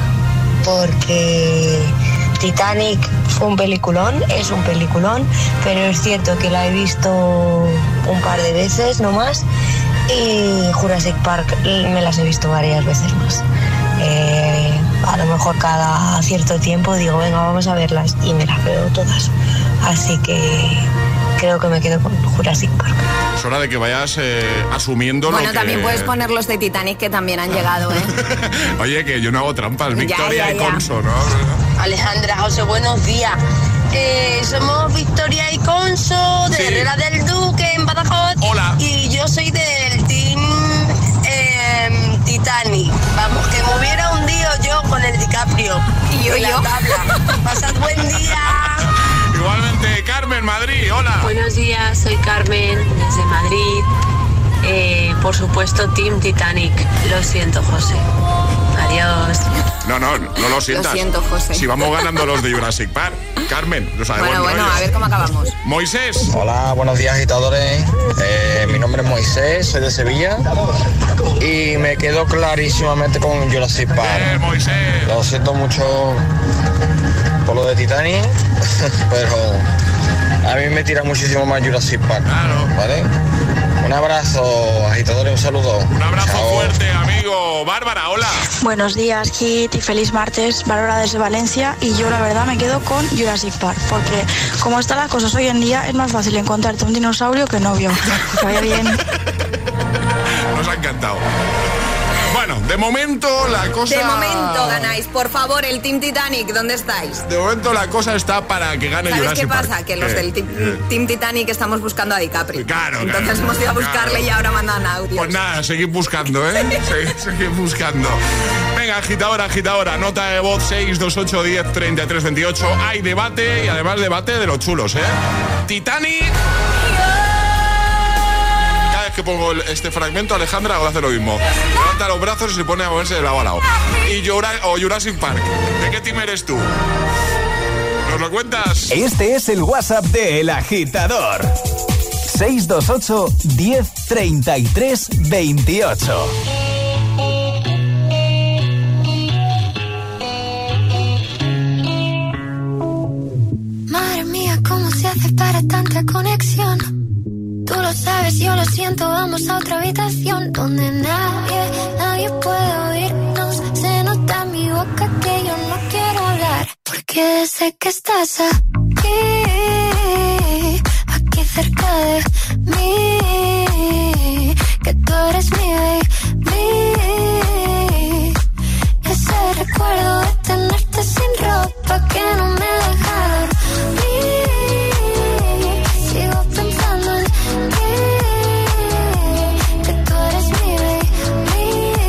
porque Titanic fue un peliculón, es un peliculón, pero es cierto que la he visto un par de veces, no más, y Jurassic Park me las he visto varias veces más. Eh, a lo mejor cada cierto tiempo digo, venga, vamos a verlas, y me las veo todas. Así que creo que me quedo con Jurassic Park. Es hora de que vayas eh, asumiendo bueno, lo que... también puedes poner los de Titanic que también han llegado, ¿eh? Oye, que yo no hago trampas, Victoria ya, ya, y ya. Conso, ¿no? Alejandra, José, buenos días. Eh, somos Victoria y Conso de Sí. Herrera del Duque en Badajoz. Hola. Y yo soy del team eh, Titanic. Vamos, que me hubiera hundido yo con el DiCaprio. Y yo, en la yo. tabla. Pasad buen día. Igualmente, Carmen, Madrid, hola. Buenos días, soy Carmen desde Madrid. Eh, por supuesto, Team Titanic. Lo siento, José. Adiós. No, no, no lo sientas. Lo siento, José. Si vamos ganando los de Jurassic Park. Carmen, lo sabemos. Bueno, bueno, ¿no? a ver cómo acabamos. Moisés. Hola, buenos días, agitadores. Eh, mi nombre es Moisés, soy de Sevilla y me quedo clarísimamente con Jurassic Park. Eh, Moisés. Lo siento mucho por lo de Titanic, pero a mí me tira muchísimo más Jurassic Park. Claro. ¿Vale? Un abrazo, agitadores, un saludo. Un abrazo Chao. fuerte, amigo. Bárbara, hola. Buenos días, Kit, y feliz martes. Bárbara desde Valencia, y yo la verdad me quedo con Jurassic Park, porque como están las cosas hoy en día es más fácil encontrarte un dinosaurio que novio. Que vaya bien. Nos ha encantado. Bueno, de momento la cosa... De momento ganáis. Por favor, el Team Titanic, ¿dónde estáis? De momento la cosa está para que gane ¿Sabes Jurassic qué pasa? Park. Que los Eh, del team, eh. team Titanic estamos buscando a DiCaprio. Claro, Entonces claro, hemos ido a buscarle claro. y ahora mandan audios. Pues nada, seguid buscando, ¿eh? Seguid, seguid buscando. Venga, agitadora, agitadora. Nota de voz seis dos ocho diez treinta y tres veintiocho. Hay debate y además debate de los chulos, ¿eh? Titanic. Cada vez que pongo el- este fragmento, Alejandra hace lo mismo. Levanta los brazos y se pone a moverse de lado a lado. Y Jura- o Jurassic Park. ¿De qué team eres tú? ¿Nos lo cuentas? Este es el WhatsApp de El Agitador. seis dos ocho diez treinta y tres veintiocho. Madre mía, ¿cómo se hace para tanta conexión? Tú lo sabes, yo lo siento, vamos a otra habitación donde nadie, nadie puede oírnos. Se nota en mi boca que yo no quiero hablar, porque sé que estás aquí, aquí cerca de mí, que tú eres mi baby. Ese recuerdo de tenerte sin ropa que no me deja dormir. Sigo pensando en ti, que tú eres mi baby.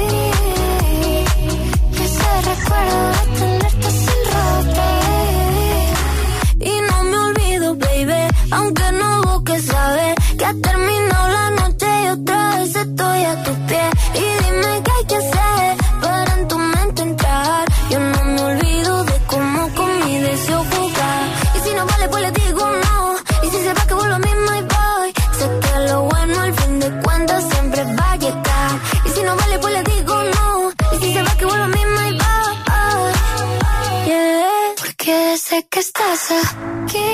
Ese recuerdo de tenerte sin ropa. Y no me olvido, baby, aunque no busque saber que ha terminado la noche y otra vez estoy a tus pies. Y dime qué hay que hacer para en tu mente entrar. Yo no me olvido de cómo con mi deseo jugar. Y si no vale, pues le digo no. Y si se va, que vuelvo a mí, my boy. Sé que lo bueno al fin de cuentas siempre va a llegar. Y si no vale, pues le digo no. Y si se va, que vuelvo a mí, my boy. desde que estás aquí,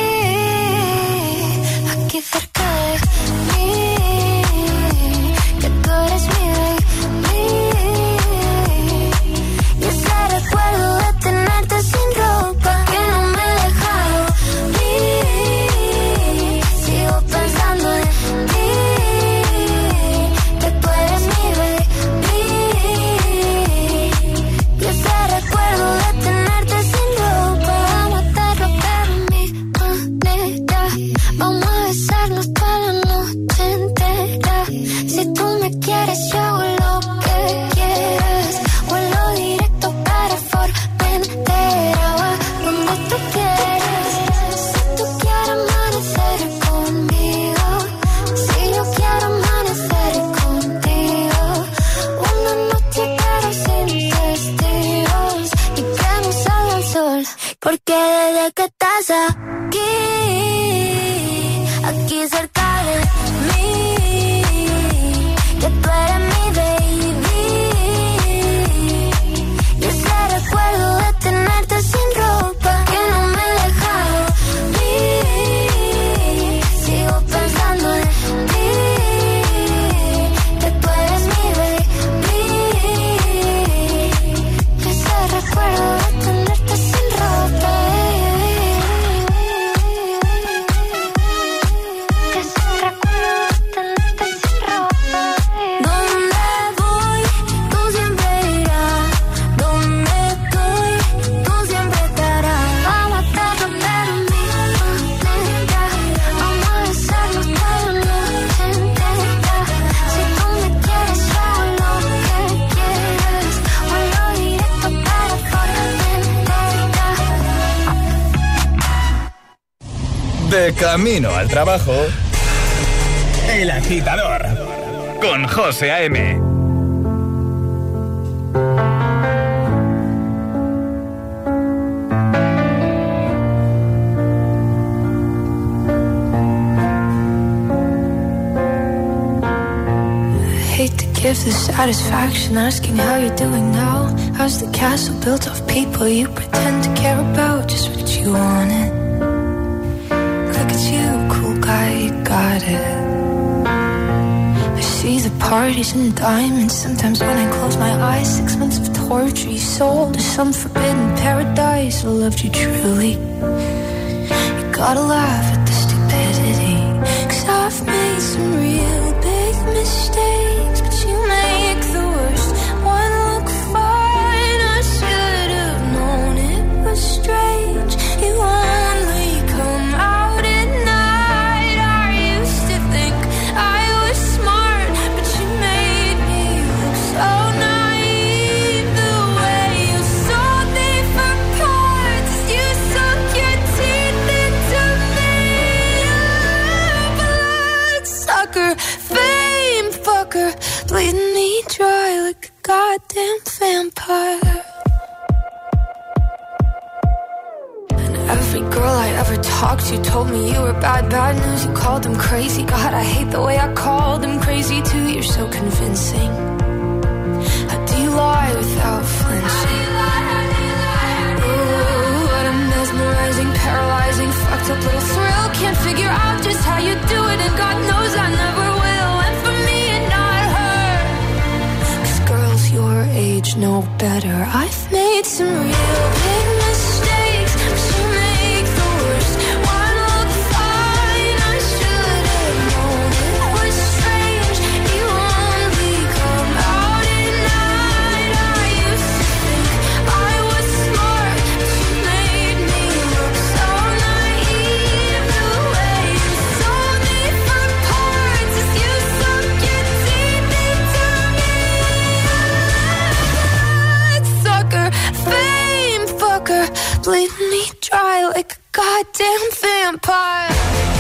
aquí cerca de mí, que tú eres mi baby. Y ese recuerdo de tenerte sin ropa que no me he dejado ir. Sigo pensando en ti, que tú eres mi baby. Y ese recuerdo de tenerte sin ropa, vamos a hacerlo pero a mi manera. Vamos a besarnos toda la noche entera. Si tú me quieres yo hago lo que quieras. Vuelo directo para Formentera, va donde tú quieras. Si tú quieres amanecer conmigo, si yo quiero amanecer contigo. Una noche pero sin testigos y que no salga el sol, porque desde que estás aquí, aquí cerca de mí, que tú eres mi baby. Y ese recuerdo de tenerte sin ropa que no me he dejado ir. Sigo pensando en ti, que tú eres mi baby. Y ese recuerdo de tenerte sin ropa, que ese recuerdo de tenerte sin ropa. Donde voy, tú siempre irás. Donde estoy, tú siempre estarás. Vamos a hacerlo pero a mi manera. Vamos a besarnos toda la noche entera. Si tú me quieres yo hago lo que quieras. Vuelo directo para Formentera. De camino al trabajo, El Agitador con José A M. Hate to give the satisfaction asking how you're doing now. How's the castle built of people you pretend to care about? Just what you wanted. Look at you, cool guy, you got it. I see the parties and diamonds. Sometimes when I close my eyes, six months of torture you sold to some forbidden paradise. I loved you truly. You gotta laugh at the stupidity, 'cause I've made some real big mistakes, but you make the worst one look fine. I should have known it was strange. You only come out at night. I used to think I was smart, but you made me look so naive. The way you sold me for parts, you sunk your teeth into me. Bloodsucker, fame fucker, bleeding me dry like a goddamn vampire. And every girl I ever talked to told me you were bad, bad news. You called them crazy. God, I hate the way I called them crazy too. You're so convincing. How do you lie without flinching? Ooh, what a mesmerizing, paralyzing, fucked up little thrill. Can't figure out just how you do it, and God knows I never will. And for me and not her, 'cause girls your age know better. I've made some real big mistakes, but you make the worst one look fine. I should have known it was strange. You only come out at night. I used to think I was smart, but you made me look so naive. The way you sold me for parts is you sunk your teeth into me. Sucker, fame fucker, bleed me dry like a goddamn vampire.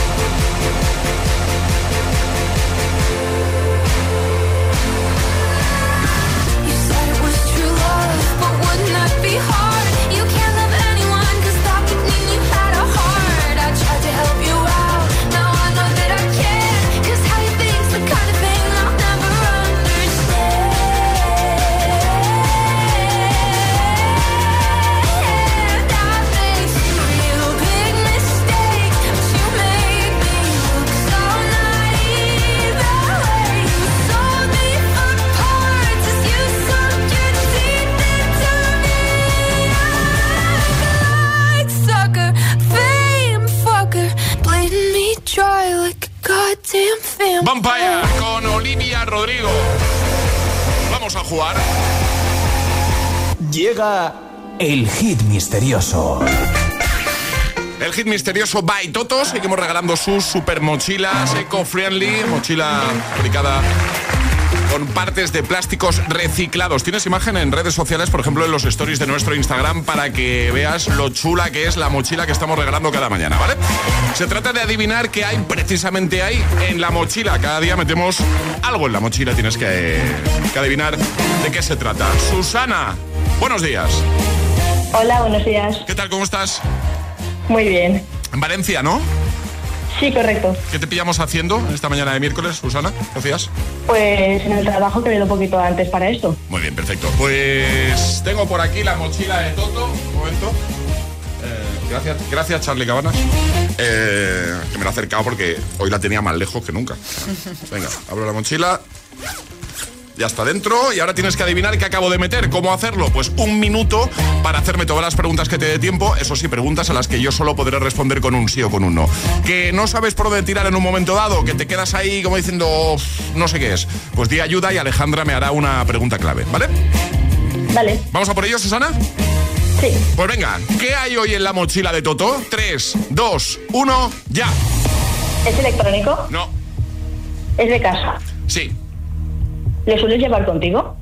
You said it was true love, but wouldn't that be hard? You can't love anyone, 'cause that would mean you had a heart. I tried to help you out, now I know that I can't, 'cause how you think's the kind of thing I'll never understand. That makes you real Vampire con Olivia Rodrigo. Vamos a jugar. Llega el hit misterioso. El hit misterioso by Toto. Seguimos regalando sus super mochilas eco-friendly. Mochila fabricada con partes de plásticos reciclados. Tienes imagen en redes sociales, por ejemplo en los stories de nuestro Instagram, para que veas lo chula que es la mochila que estamos regalando cada mañana, ¿vale? Se trata de adivinar qué hay precisamente ahí en la mochila. Cada día metemos algo en la mochila, tienes que, que adivinar de qué se trata. Susana, buenos días. Hola, buenos días. ¿Qué tal, cómo estás? Muy bien. En Valencia, ¿no? Sí, correcto. ¿Qué te pillamos haciendo esta mañana de miércoles, Susana? ¿Qué hacías? Pues en el trabajo, que he ido un poquito antes para esto. Muy bien, perfecto. Pues tengo por aquí la mochila de Toto. Un momento. Eh, gracias, gracias, Charlie Cabanas. Eh, que me lo ha acercado porque hoy la tenía más lejos que nunca. Venga, abro la mochila. Ya está dentro y ahora tienes que adivinar qué acabo de meter. ¿Cómo hacerlo? Pues un minuto para hacerme todas las preguntas que te dé tiempo. Eso sí, preguntas a las que yo solo podré responder con un sí o con un no. Que no sabes por dónde tirar en un momento dado, que te quedas ahí como diciendo no sé qué es. Pues di ayuda y Alejandra me hará una pregunta clave, ¿vale? Vale. ¿Vamos a por ello, Susana? Sí. Pues venga, ¿qué hay hoy en la mochila de Toto? tres, dos, uno, ya. ¿Es electrónico? No. ¿Es de casa? Sí. ¿Lo sueles llevar contigo?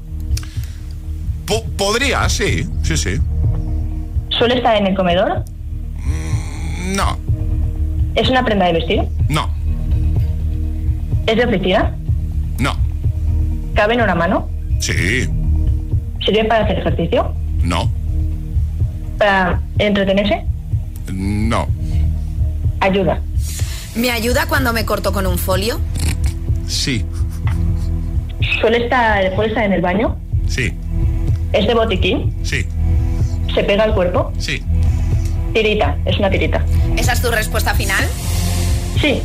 Po- podría, sí, sí, sí. ¿Suele estar en el comedor? Mm, no. ¿Es una prenda de vestir? No. ¿Es de oficina? No. ¿Cabe en una mano? Sí. ¿Sirve para hacer ejercicio? No. ¿Para entretenerse? No. Ayuda. ¿Me ayuda cuando me corto con un folio? Sí. ¿Suele estar, ¿Puede estar en el baño? Sí. ¿Es de botiquín? Sí. ¿Se pega al cuerpo? Sí. Tirita, es una tirita. ¿Esa es tu respuesta final? Sí.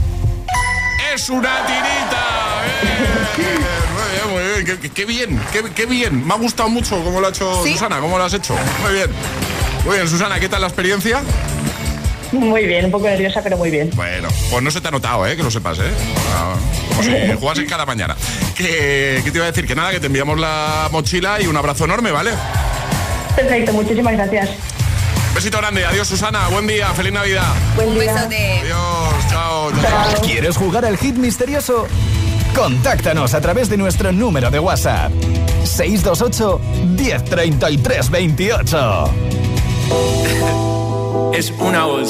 ¡Es una tirita! ¡Bien! Muy bien, muy bien. Qué, qué bien, qué, qué bien. Me ha gustado mucho cómo lo ha hecho ¿Sí? Susana, cómo lo has hecho. Muy bien. Muy bien, Susana, ¿qué tal la experiencia? Muy bien, un poco nerviosa, pero muy bien. Bueno, pues no se te ha notado, ¿eh? Que lo sepas, ¿eh? Ah, como si jugases cada mañana. Que, ¿Qué te iba a decir? Que nada, que te enviamos la mochila y un abrazo enorme, ¿vale? Perfecto, muchísimas gracias. Besito grande. Adiós, Susana. Buen día. Feliz Navidad. Buen Un día. besote. Adiós. Chao. chao. Chao. ¿Quieres jugar al hit misterioso? Contáctanos a través de nuestro número de WhatsApp. seis dos ocho, uno cero tres tres, veintiocho. Es una voz.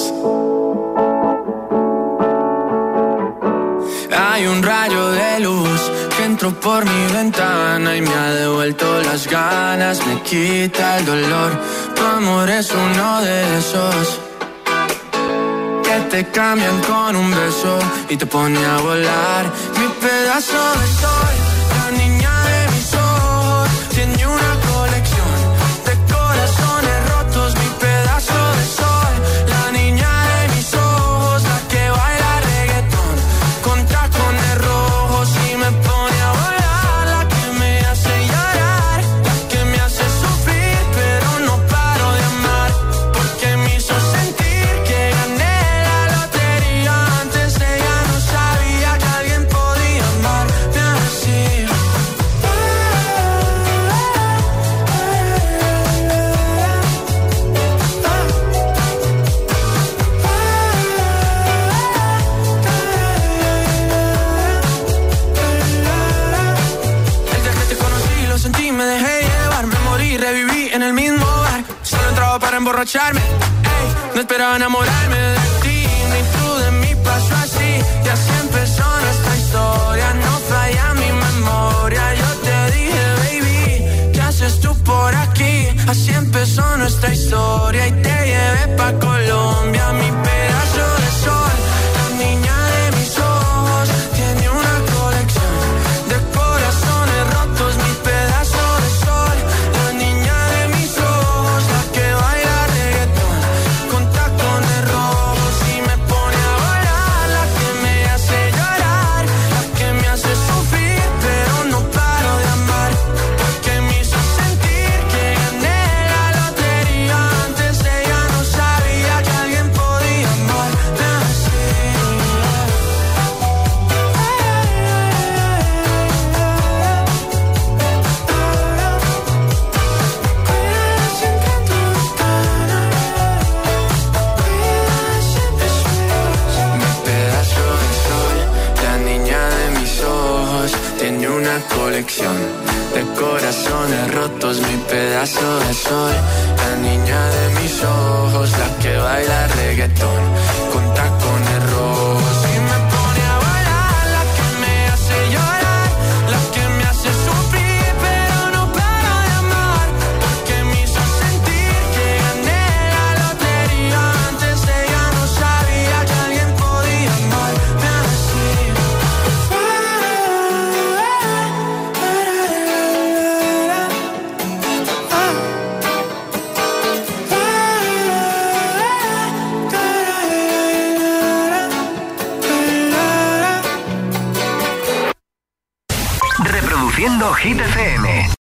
Hay un rayo de luz que entró por mi ventana y me ha devuelto las ganas, me quita el dolor. Tu amor es uno de esos que te cambian con un beso y te pone a volar. Mi pedazo de sol, la niña de mis ojos, tiene una colección de corazones rotos. Mi pedazo de sol, la niña de mis ojos, la que baila reggaetón con tacones rojos y me pone a volar. La que me hace llorar, la que me hace sufrir, pero no paro de amar, porque me hizo sentir que gané la lotería. Antes ella no sabía que alguien podía amarme así. El día que te conocí lo sentí, me dejé llevar, me morí, reviví en el mismo bar. Solo entraba para emborracharme, ey, no esperaba enamorarme de ti, ni tú de mí pasó así. Y así empezó nuestra historia, no falla mi memoria. Yo te dije, baby, ¿qué haces tú por aquí? Así empezó nuestra historia y te llevé pa' Colombia. Mi pedazo de sol, la niña de mis ojos, tiene una colección de corazones rotos. Mi pedazo de sol, la niña de mis ojos, la que baila reggaetón con tacones rojos y me pone a volar. La que me hace llorar, la que me hace sufrir, pero no paro de amar, porque me hizo sentir que gané la lotería. Antes ella no sabía que alguien podía colección de corazones rotos, mi pedazo de sol. La niña de mis ojos, la que baila reggaetón con tacones rojos y me pone a bailar, la que me hace llorar, la que me hace sufrir, pero no paro de amar, porque me hizo sentir que gané la lotería. Antes ella no sabía que alguien podía amarme así. Reproduciendo Hit F M.